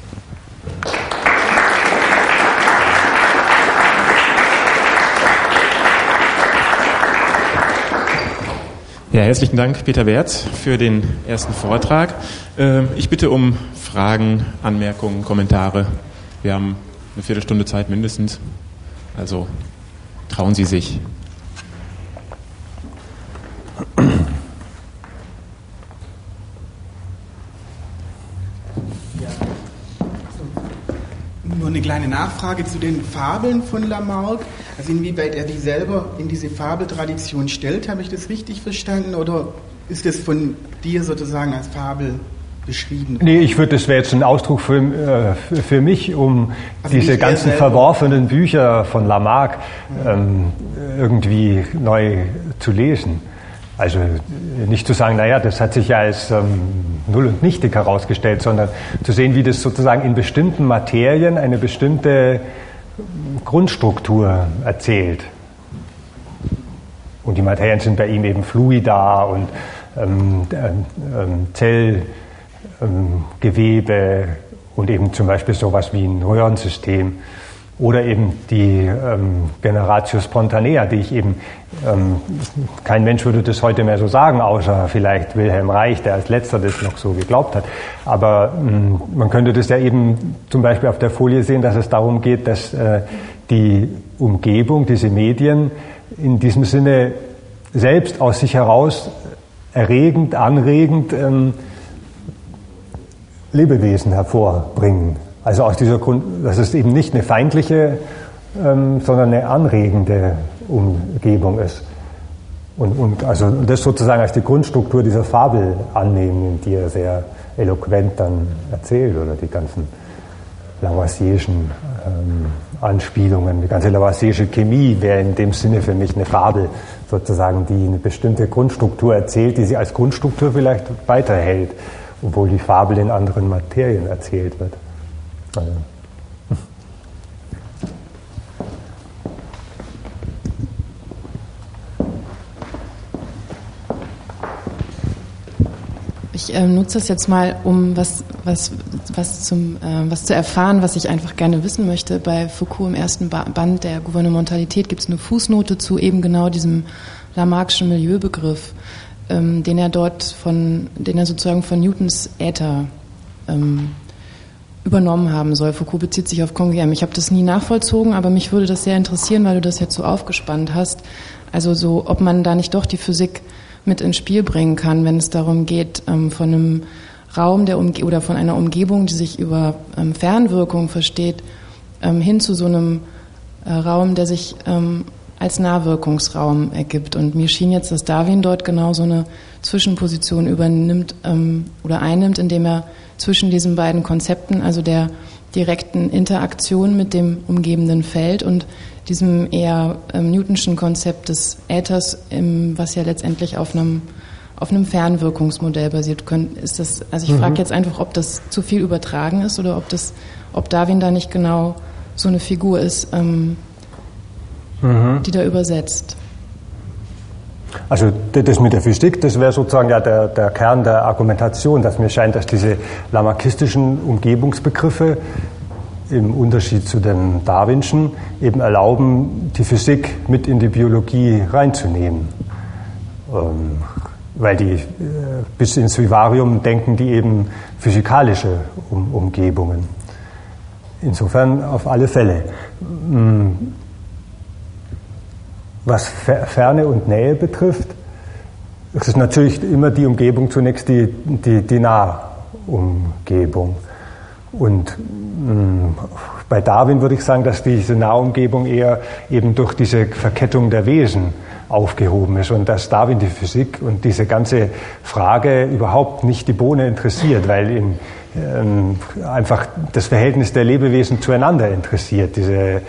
Ja, herzlichen Dank, Peter Wertz, für den ersten Vortrag. Ich bitte um Fragen, Anmerkungen, Kommentare. Wir haben eine Viertelstunde Zeit mindestens, also trauen Sie sich. Nur eine kleine Nachfrage zu den Fabeln von Lamarck. Also inwieweit er die selber in diese Fabeltradition stellt, habe ich das richtig verstanden? Oder ist das von dir sozusagen als Fabel beschrieben? Nee, das wäre jetzt ein Ausdruck für mich, um also diese ganzen verworfenen Bücher von Lamarck irgendwie neu zu lesen. Also nicht zu sagen, naja, das hat sich ja als null und nichtig herausgestellt, sondern zu sehen, wie das sozusagen in bestimmten Materien eine bestimmte Grundstruktur erzählt. Und die Materien sind bei ihm eben Fluida und Zellgewebe und eben zum Beispiel sowas wie ein Röhrensystem. Oder eben die Generatio Spontanea, die ich eben, kein Mensch würde das heute mehr so sagen, außer vielleicht Wilhelm Reich, der als letzter das noch so geglaubt hat. Aber man könnte das ja eben zum Beispiel auf der Folie sehen, dass es darum geht, dass die Umgebung, diese Medien in diesem Sinne selbst aus sich heraus erregend, anregend Lebewesen hervorbringen. Also aus dieser Grund, dass es eben nicht eine feindliche, sondern eine anregende Umgebung ist. Und also das sozusagen als die Grundstruktur dieser Fabel annehmen, die er sehr eloquent dann erzählt, oder die ganzen Lavoisier'schen Anspielungen, die ganze Lavoisier'sche Chemie wäre in dem Sinne für mich eine Fabel, sozusagen, die eine bestimmte Grundstruktur erzählt, die sie als Grundstruktur vielleicht weiterhält, obwohl die Fabel in anderen Materien erzählt wird. Also. Ich nutze das jetzt mal, um was zu erfahren, was ich einfach gerne wissen möchte. Bei Foucault im ersten Band der Gouvernementalität gibt es eine Fußnote zu eben genau diesem Lamarckschen Milieubegriff, den er sozusagen von Newtons Äther übernommen haben soll. Foucault bezieht sich auf Congruum. Ich habe das nie nachvollzogen, aber mich würde das sehr interessieren, weil du das jetzt so aufgespannt hast. Also so, ob man da nicht doch die Physik mit ins Spiel bringen kann, wenn es darum geht, von einem Raum oder von einer Umgebung, die sich über Fernwirkung versteht, hin zu so einem Raum, der sich als Nahwirkungsraum ergibt. Und mir schien jetzt, dass Darwin dort genau so eine Zwischenposition übernimmt oder einnimmt, indem er zwischen diesen beiden Konzepten, also der direkten Interaktion mit dem umgebenden Feld und diesem eher Newtonschen Konzept des Äthers, was ja letztendlich auf einem Fernwirkungsmodell basiert. Ich frage jetzt einfach, ob das zu viel übertragen ist oder ob Darwin da nicht genau so eine Figur ist, die da übersetzt. Also das mit der Physik, das wäre sozusagen ja der Kern der Argumentation, dass mir scheint, dass diese lamarckistischen Umgebungsbegriffe im Unterschied zu dem Darwinschen eben erlauben, die Physik mit in die Biologie reinzunehmen. Weil die bis ins Vivarium denken die eben physikalische Umgebungen. Insofern auf alle Fälle. Was Ferne und Nähe betrifft, ist es natürlich immer die Umgebung zunächst die Nahumgebung. Und bei Darwin würde ich sagen, dass diese Nahumgebung eher eben durch diese Verkettung der Wesen aufgehoben ist und dass Darwin die Physik und diese ganze Frage überhaupt nicht die Bohne interessiert, weil ihn einfach das Verhältnis der Lebewesen zueinander interessiert, dieser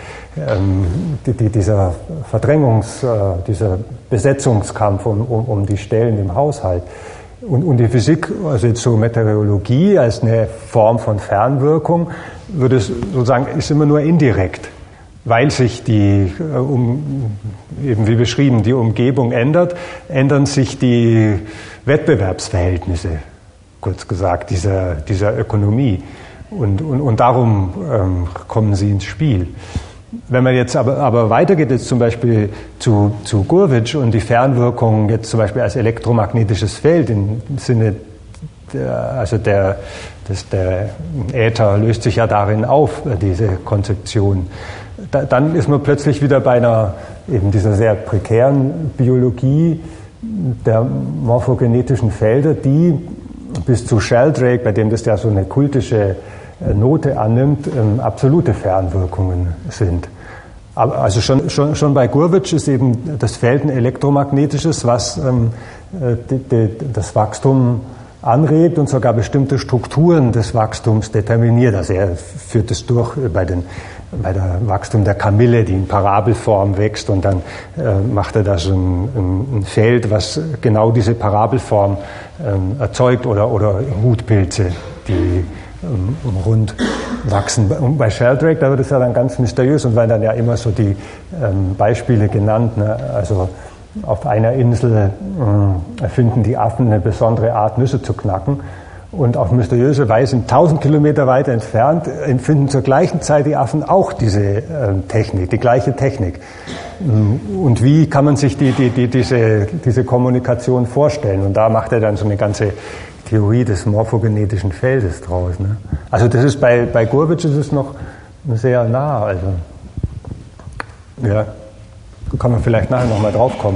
dieser Besetzungskampf um die Stellen im Haushalt. Und die Physik, also jetzt so Meteorologie als eine Form von Fernwirkung, ist immer nur indirekt, weil sich eben wie beschrieben, die Umgebung ändert, ändern sich die Wettbewerbsverhältnisse, kurz gesagt, dieser Ökonomie. Und darum kommen sie ins Spiel. Wenn man jetzt aber weitergeht, jetzt zum Beispiel zu Gurwitsch und die Fernwirkung jetzt zum Beispiel als elektromagnetisches Feld im Sinne, der Äther löst sich ja darin auf, diese Konzeption. Dann ist man plötzlich wieder bei eben dieser sehr prekären Biologie der morphogenetischen Felder, die bis zu Sheldrake, bei dem das ja so eine kultische Note annimmt, absolute Fernwirkungen sind. Also schon bei Gurwitsch ist eben das Feld ein elektromagnetisches, was das Wachstum anregt und sogar bestimmte Strukturen des Wachstums determiniert. Also er führt es durch bei der Wachstum der Kamille, die in Parabelform wächst, und dann macht er da so ein Feld, was genau diese Parabelform erzeugt, oder Hutpilze, die rund wachsen. Und bei Sheldrake, da wird es ja dann ganz mysteriös und werden dann ja immer so die Beispiele genannt. Ne? Also auf einer Insel erfinden die Affen eine besondere Art, Nüsse zu knacken. Und auf mysteriöse Weise 1000 Kilometer weiter entfernt empfinden zur gleichen Zeit die Affen auch diese Technik, die gleiche Technik. Und wie kann man sich diese Kommunikation vorstellen? Und da macht er dann so eine ganze Theorie des morphogenetischen Feldes draus. Ne? Also das ist bei Gurwitsch ist es noch sehr nah. Also ja, da kann man vielleicht nachher nochmal drauf kommen.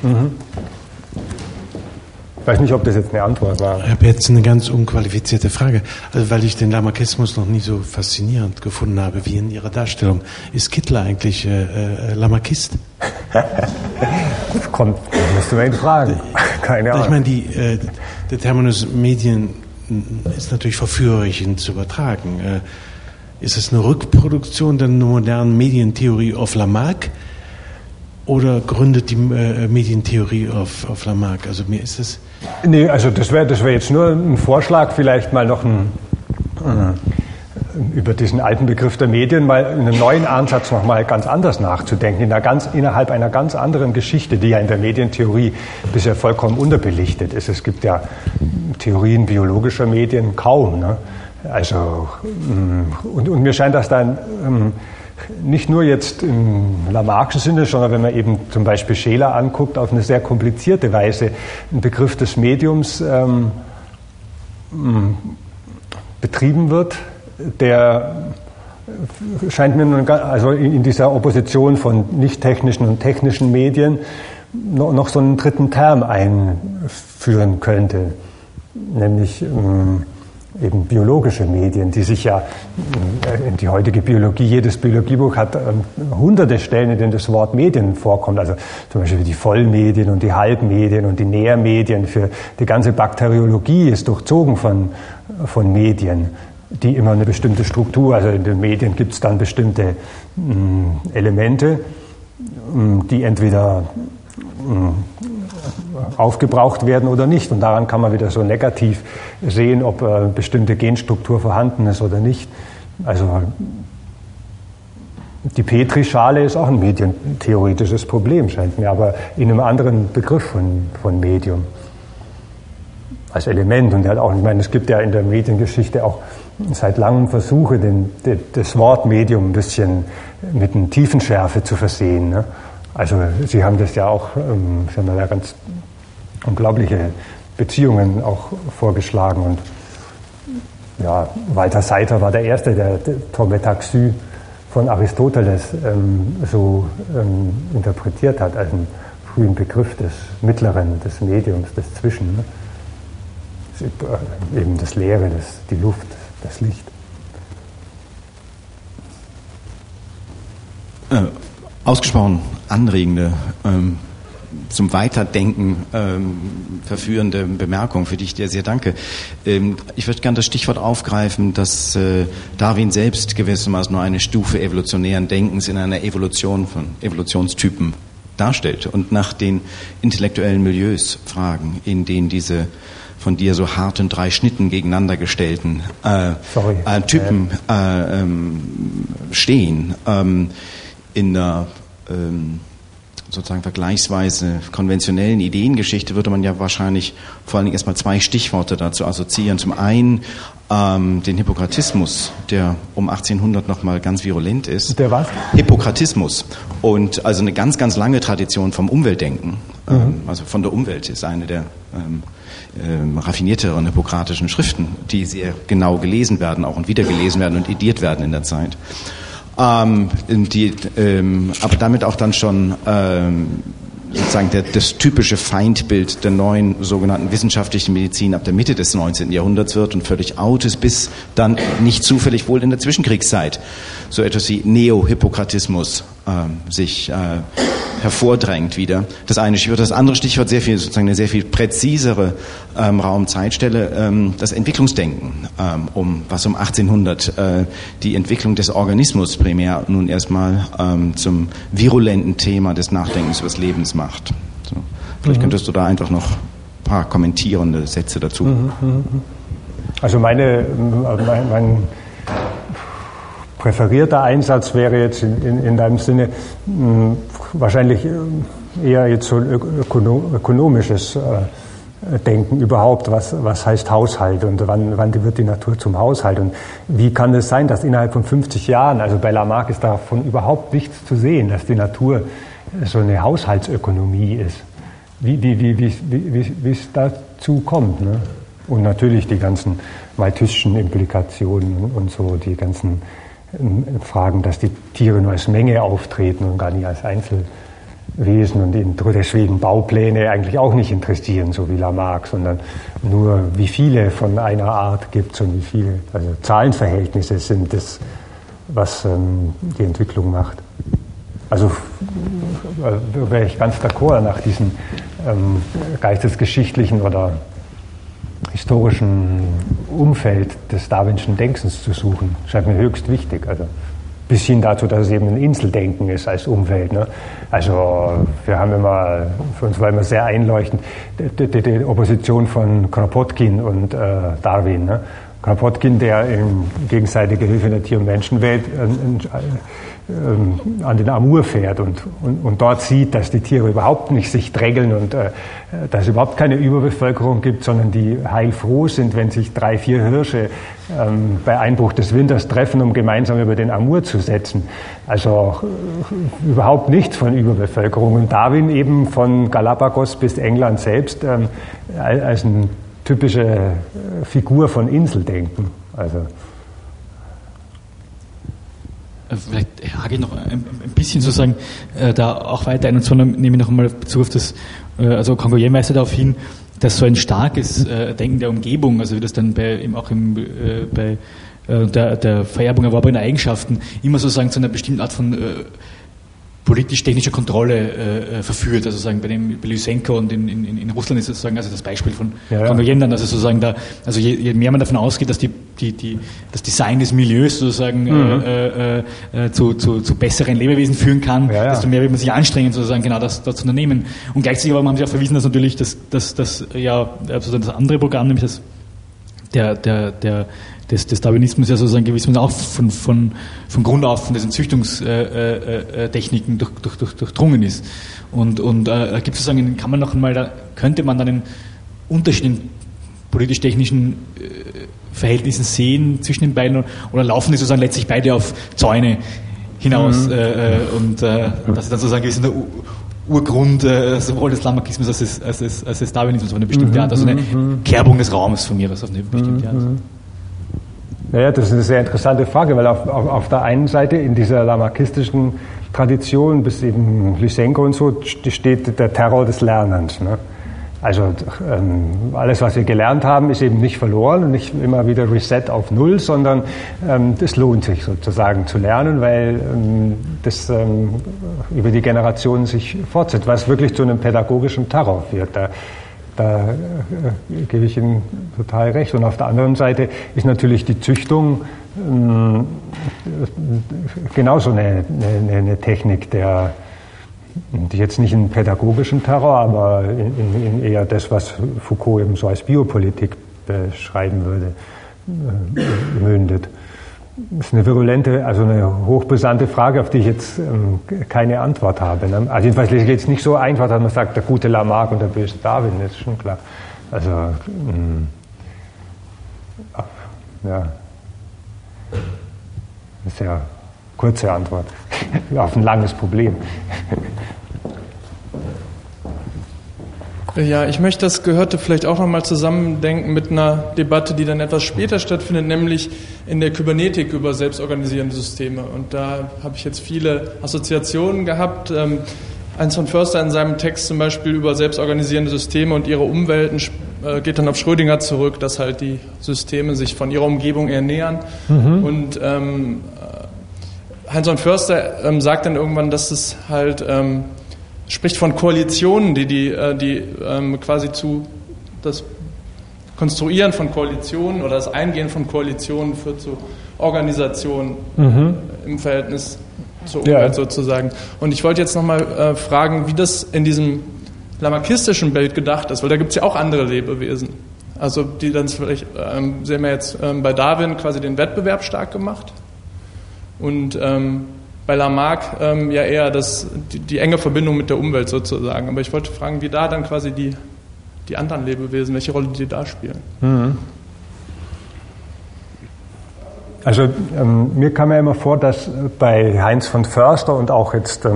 Ich weiß nicht, ob das jetzt eine Antwort war. Ich habe jetzt eine ganz unqualifizierte Frage, also weil ich den Lamarckismus noch nie so faszinierend gefunden habe wie in Ihrer Darstellung. Ist Kittler eigentlich Lamarckist? Das musst du mal ihn fragen. Keine Ahnung. Ich meine, der Terminus Medien ist natürlich verführerisch, ihn zu übertragen. Ist es eine Rückproduktion der modernen Medientheorie auf Lamarck oder gründet die Medientheorie auf Lamarck? Also mir ist es... Nee, also das wäre jetzt nur ein Vorschlag, vielleicht mal noch über diesen alten Begriff der Medien mal einen neuen Ansatz nochmal ganz anders nachzudenken, innerhalb einer ganz anderen Geschichte, die ja in der Medientheorie bisher vollkommen unterbelichtet ist. Es gibt ja Theorien biologischer Medien kaum. Ne? Also, und mir scheint das dann nicht nur jetzt im Lamarckschen Sinne, sondern wenn man eben zum Beispiel Scheler anguckt, auf eine sehr komplizierte Weise ein Begriff des Mediums betrieben wird, der scheint mir nun, also in dieser Opposition von nicht-technischen und technischen Medien noch so einen dritten Term einführen könnte, nämlich eben biologische Medien, die sich ja in die heutige Biologie, jedes Biologiebuch hat hunderte Stellen, in denen das Wort Medien vorkommt, also zum Beispiel die Vollmedien und die Halbmedien und die Nährmedien. Für die ganze Bakteriologie ist durchzogen von Medien, die immer eine bestimmte Struktur, also in den Medien gibt es dann bestimmte Elemente, die entweder aufgebraucht werden oder nicht. Und daran kann man wieder so negativ sehen, ob bestimmte Genstruktur vorhanden ist oder nicht. Also die Petrischale ist auch ein medientheoretisches Problem, scheint mir, aber in einem anderen Begriff von Medium als Element. Und ich meine, es gibt ja in der Mediengeschichte auch seit langem Versuche, das Wort Medium ein bisschen mit einer Tiefenschärfe zu versehen. Ne? Also Sie haben das ja auch, Sie haben ja ganz unglaubliche Beziehungen auch vorgeschlagen. Und ja, Walter Seiter war der Erste, der Tometaxy von Aristoteles so interpretiert hat, als einen frühen Begriff des Mittleren, des Mediums, des Zwischen. Ne? Eben das Leere, die Luft, das Licht. Ausgesprochen anregende, zum Weiterdenken verführende Bemerkung, für die ich dir sehr danke. Ich würde gerne das Stichwort aufgreifen, dass Darwin selbst gewissermaßen nur eine Stufe evolutionären Denkens in einer Evolution von Evolutionstypen darstellt und nach den intellektuellen Milieus fragen, in denen diese von dir so harten 3 Schnitten gegeneinander gestellten Typen stehen. In der sozusagen vergleichsweise konventionellen Ideengeschichte würde man ja wahrscheinlich vor allen Dingen erstmal 2 Stichworte dazu assoziieren. Zum einen den Hippokratismus, der um 1800 nochmal ganz virulent ist. Der was? Hippokratismus. Und also eine ganz, ganz lange Tradition vom Umweltdenken. Also von der Umwelt ist eine der raffinierteren hippokratischen Schriften, die sehr genau gelesen werden auch und wieder gelesen werden und ediert werden in der Zeit. Aber damit auch dann schon sozusagen das typische Feindbild der neuen sogenannten wissenschaftlichen Medizin ab der Mitte des 19. Jahrhunderts wird und völlig out ist, bis dann nicht zufällig wohl in der Zwischenkriegszeit so etwas wie Neo-Hippokratismus sich hervordrängt wieder. Das eine Stichwort. Das andere Stichwort, sozusagen eine sehr viel präzisere Raum-Zeitstelle, das Entwicklungsdenken, was um 1800 die Entwicklung des Organismus primär nun erstmal zum virulenten Thema des Nachdenkens über das Lebens macht. So. Vielleicht könntest du da einfach noch ein paar kommentierende Sätze dazu. Also mein präferierter Einsatz wäre jetzt in deinem Sinne wahrscheinlich eher jetzt so ökonomisches Denken überhaupt, was heißt Haushalt und wann wird die Natur zum Haushalt und wie kann es sein, dass innerhalb von 50 Jahren, also bei Lamarck ist davon überhaupt nichts zu sehen, dass die Natur so eine Haushaltsökonomie ist. Wie es dazu kommt, ne? Und natürlich die ganzen malthusschen Implikationen und so, die ganzen Fragen, dass die Tiere nur als Menge auftreten und gar nicht als Einzelwesen und ihn deswegen Baupläne eigentlich auch nicht interessieren, so wie Lamarck, sondern nur wie viele von einer Art gibt es und wie viele. Also Zahlenverhältnisse sind das, was die Entwicklung macht. Also wäre ich ganz d'accord, nach diesem geistesgeschichtlichen oder historischen Umfeld des darwinschen Denkens zu suchen, scheint mir höchst wichtig. Also bis hin dazu, dass es eben ein Inseldenken ist als Umwelt. Ne? Also wir haben für uns war immer sehr einleuchtend die Opposition von Kropotkin und Darwin. Ne? Kropotkin, der in gegenseitiger Hilfe in der Tier- und Menschenwelt an den Amur fährt und dort sieht, dass die Tiere überhaupt nicht sich drängeln und dass es überhaupt keine Überbevölkerung gibt, sondern die heilfroh sind, wenn sich 3, 4 Hirsche bei Einbruch des Winters treffen, um gemeinsam über den Amur zu setzen. Also überhaupt nichts von Überbevölkerung. Und Darwin eben von Galapagos bis England selbst als eine typische Figur von Inseldenken. Also vielleicht hake ich noch ein bisschen sozusagen da auch weiter ein, und zwar nehme ich noch einmal Bezug auf das, also Canguilhem weist darauf hin, dass so ein starkes Denken der Umgebung, also wie das dann bei der Vererbung erworbener Eigenschaften immer sozusagen zu einer bestimmten Art von politisch-technischer Kontrolle verführt. Also sozusagen bei Lysenko und in Russland ist sozusagen also das Beispiel von Canguilhem dann, also sozusagen da, also je mehr man davon ausgeht, dass das Design des Milieus sozusagen zu besseren Lebewesen führen kann, desto mehr wird man sich anstrengen, sozusagen genau das zu unternehmen. Und gleichzeitig aber haben sie auch verwiesen, dass natürlich das andere Programm, nämlich das des Darwinismus ja sozusagen gewissermaßen auch von Grund auf von diesen Züchtungstechniken durchdrungen ist. Und gibt es sozusagen, könnte man dann einen Unterschied in politisch-technischen Verhältnissen sehen zwischen den beiden, oder laufen die sozusagen letztlich beide auf Zäune hinaus und das ist dann sozusagen gewiss der Urgrund sowohl des Lamarckismus als des Darwinismus auf eine bestimmte Art, also eine Kerbung des Raumes von mir aus auf eine bestimmte Art. Naja, das ist eine sehr interessante Frage, weil auf der einen Seite in dieser lamarckistischen Tradition bis eben Lysenko und so steht der Terror des Lernens. Ne? Also alles, was wir gelernt haben, ist eben nicht verloren und nicht immer wieder Reset auf Null, sondern es lohnt sich sozusagen zu lernen, weil das über die Generationen sich fortsetzt, was wirklich zu einem pädagogischen Terror führt. Da gebe ich Ihnen total recht. Und auf der anderen Seite ist natürlich die Züchtung genauso eine Technik, die jetzt nicht in pädagogischen Terror, aber in eher das, was Foucault eben so als Biopolitik beschreiben würde, mündet. Das ist eine virulente, also eine hochbrisante Frage, auf die ich jetzt keine Antwort habe. Ne? Also jedenfalls geht es nicht so einfach, dass man sagt, der gute Lamarck und der böse Darwin, das ist schon klar. Also, ja, eine sehr kurze Antwort auf ein langes Problem. Ja, ich möchte das Gehörte vielleicht auch nochmal zusammendenken mit einer Debatte, die dann etwas später stattfindet, nämlich in der Kybernetik über selbstorganisierende Systeme. Und da habe ich jetzt viele Assoziationen gehabt. Heinz von Förster in seinem Text zum Beispiel über selbstorganisierende Systeme und ihre Umwelten geht dann auf Schrödinger zurück, dass halt die Systeme sich von ihrer Umgebung ernähren. Und Heinz von Förster sagt dann irgendwann, dass es halt spricht von Koalitionen, die quasi zu das Konstruieren von Koalitionen oder das Eingehen von Koalitionen führt zu Organisationen im Verhältnis zur Umwelt sozusagen. Und ich wollte jetzt nochmal fragen, wie das in diesem lamarckistischen Bild gedacht ist, weil da gibt es ja auch andere Lebewesen. Also die dann vielleicht, sehen wir jetzt bei Darwin quasi den Wettbewerb stark gemacht und bei Lamarck ja eher die enge Verbindung mit der Umwelt sozusagen. Aber ich wollte fragen, wie da dann quasi die anderen Lebewesen, welche Rolle die da spielen. Also mir kam ja immer vor, dass bei Heinz von Förster und auch jetzt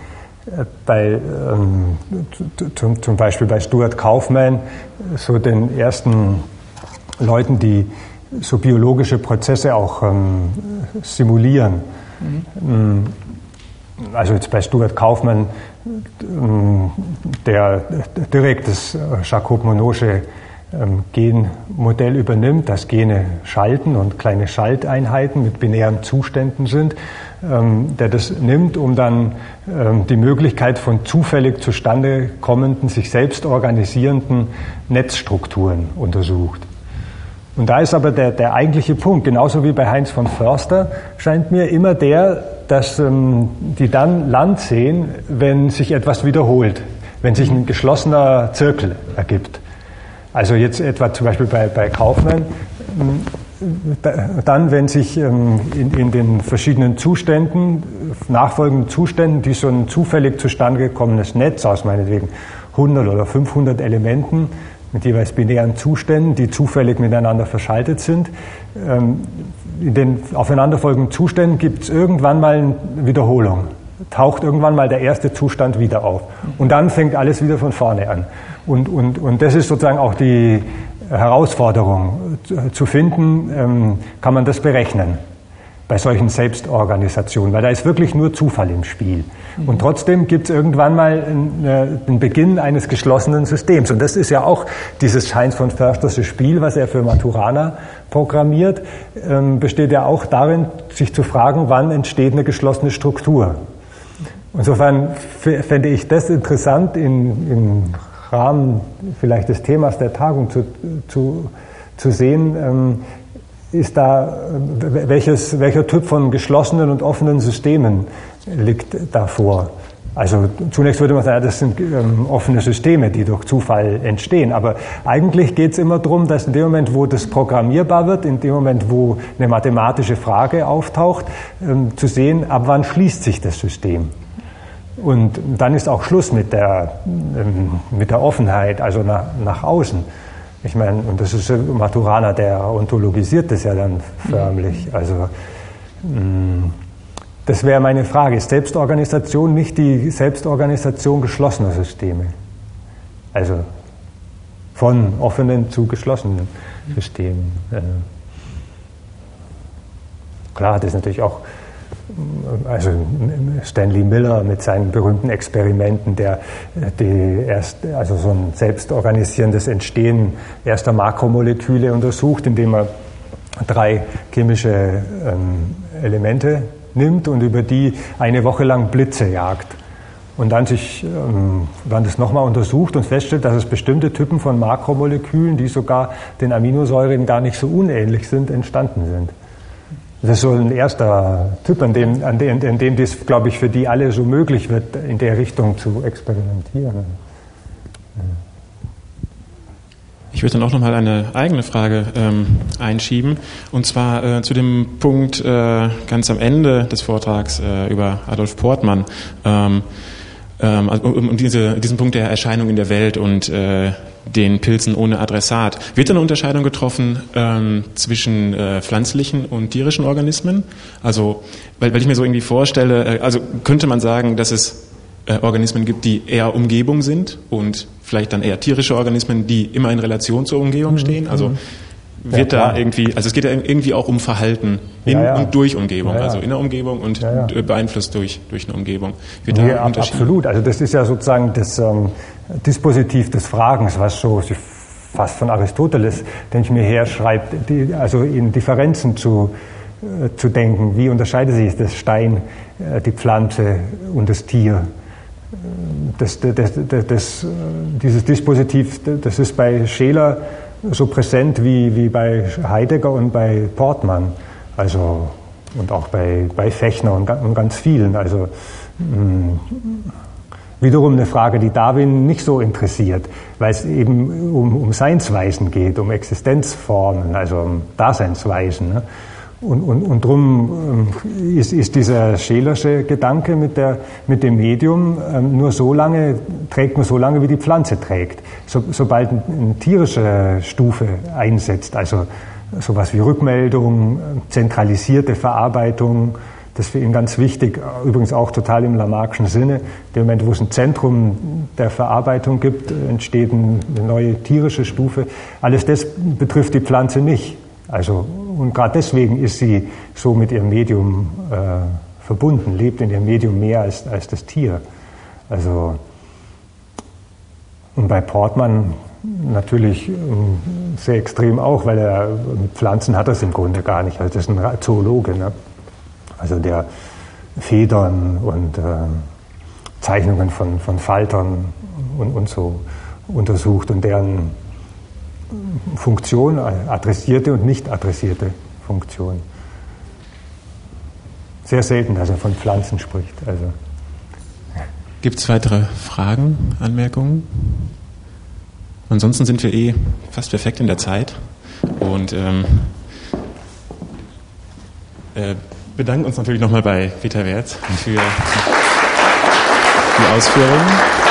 zum Beispiel bei Stuart Kauffman, so den ersten Leuten, die so biologische Prozesse auch simulieren. Also jetzt bei Stuart Kauffman, der direkt das Jacob-Monod'sche Genmodell übernimmt, dass Gene schalten und kleine Schalteinheiten mit binären Zuständen sind, der das nimmt, um dann die Möglichkeit von zufällig zustande kommenden, sich selbst organisierenden Netzstrukturen untersucht. Und da ist aber der eigentliche Punkt, genauso wie bei Heinz von Förster, scheint mir immer der, dass die dann Land sehen, wenn sich etwas wiederholt, wenn sich ein geschlossener Zirkel ergibt. Also jetzt etwa zum Beispiel bei Kauffman dann, wenn sich in den verschiedenen Zuständen, nachfolgenden Zuständen, die so ein zufällig zustande gekommenes Netz aus meinetwegen 100 oder 500 Elementen mit jeweils binären Zuständen, die zufällig miteinander verschaltet sind, in den aufeinanderfolgenden Zuständen gibt es irgendwann mal eine Wiederholung. Taucht irgendwann mal der erste Zustand wieder auf. Und dann fängt alles wieder von vorne an. Und das ist sozusagen auch die Herausforderung, zu finden, kann man das berechnen bei solchen Selbstorganisationen, weil da ist wirklich nur Zufall im Spiel. Und trotzdem gibt es irgendwann mal den Beginn eines geschlossenen Systems. Und das ist ja auch dieses Heinz von Förstersche Spiel, was er für Maturana programmiert, besteht ja auch darin, sich zu fragen, wann entsteht eine geschlossene Struktur. Insofern fände ich das interessant, im Rahmen vielleicht des Themas der Tagung zu sehen, ist da, welcher Typ von geschlossenen und offenen Systemen liegt da vor. Also zunächst würde man sagen, das sind offene Systeme, die durch Zufall entstehen. Aber eigentlich geht es immer darum, dass in dem Moment, wo das programmierbar wird, in dem Moment, wo eine mathematische Frage auftaucht, zu sehen, ab wann schließt sich das System. Und dann ist auch Schluss mit der Offenheit, also nach außen. Ich meine, und das ist Maturana, der ontologisiert das ja dann förmlich. Also das wäre meine Frage. Ist Selbstorganisation nicht die Selbstorganisation geschlossener Systeme? Also von offenen zu geschlossenen Systemen. Klar, das ist natürlich auch, also Stanley Miller mit seinen berühmten Experimenten, also so ein selbstorganisierendes Entstehen erster Makromoleküle untersucht, indem er 3 chemische Elemente nimmt und über die eine Woche lang Blitze jagt. Und dann das nochmal untersucht und feststellt, dass es bestimmte Typen von Makromolekülen, die sogar den Aminosäuren gar nicht so unähnlich sind, entstanden sind. Das ist so ein erster Typ, an dem das, glaube ich, für die alle so möglich wird, in der Richtung zu experimentieren. Ich würde dann auch nochmal eine eigene Frage einschieben, und zwar zu dem Punkt ganz am Ende des Vortrags über Adolf Portmann, diesen Punkt der Erscheinung in der Welt und den Pilzen ohne Adressat. Wird da eine Unterscheidung getroffen zwischen pflanzlichen und tierischen Organismen? Also, weil ich mir so irgendwie vorstelle, also könnte man sagen, dass es Organismen gibt, die eher Umgebung sind und vielleicht dann eher tierische Organismen, die immer in Relation zur Umgebung stehen? Also wird da irgendwie, also es geht ja irgendwie auch um Verhalten und durch Umgebung, also in der Umgebung und beeinflusst durch eine Umgebung. Wird da absolut, also das ist ja sozusagen das Dispositiv des Fragens, was so fast von Aristoteles, den ich mir herschreibt, also in Differenzen zu denken. Wie unterscheidet sich das Stein, die Pflanze und das Tier? Dieses Dispositiv, das ist bei Scheler so präsent wie bei Heidegger und bei Portmann, also und auch bei Fechner und ganz vielen. Also wiederum eine Frage, die Darwin nicht so interessiert, weil es eben um Seinsweisen geht, um Existenzformen, also um Daseinsweisen. Ne? Und drum ist dieser Schelersche Gedanke mit dem Medium trägt nur so lange, wie die Pflanze trägt. Sobald eine tierische Stufe einsetzt, also sowas wie Rückmeldung, zentralisierte Verarbeitung, das ist für ihn ganz wichtig, übrigens auch total im Lamarckschen Sinne. Im Moment, wo es ein Zentrum der Verarbeitung gibt, entsteht eine neue tierische Stufe. Alles das betrifft die Pflanze nicht. Also, und gerade deswegen ist sie so mit ihrem Medium verbunden, lebt in ihrem Medium mehr als das Tier. Also, und bei Portmann natürlich sehr extrem auch, weil mit Pflanzen hat er es im Grunde gar nicht. Also das ist ein Zoologe, ne? Also der Federn und Zeichnungen von Faltern und so untersucht und deren Funktion, adressierte und nicht adressierte Funktion. Sehr selten, dass er von Pflanzen spricht. Also. Gibt es weitere Fragen, Anmerkungen? Ansonsten sind wir fast perfekt in der Zeit und bedanken uns natürlich nochmal bei Peter Werth für die Ausführungen.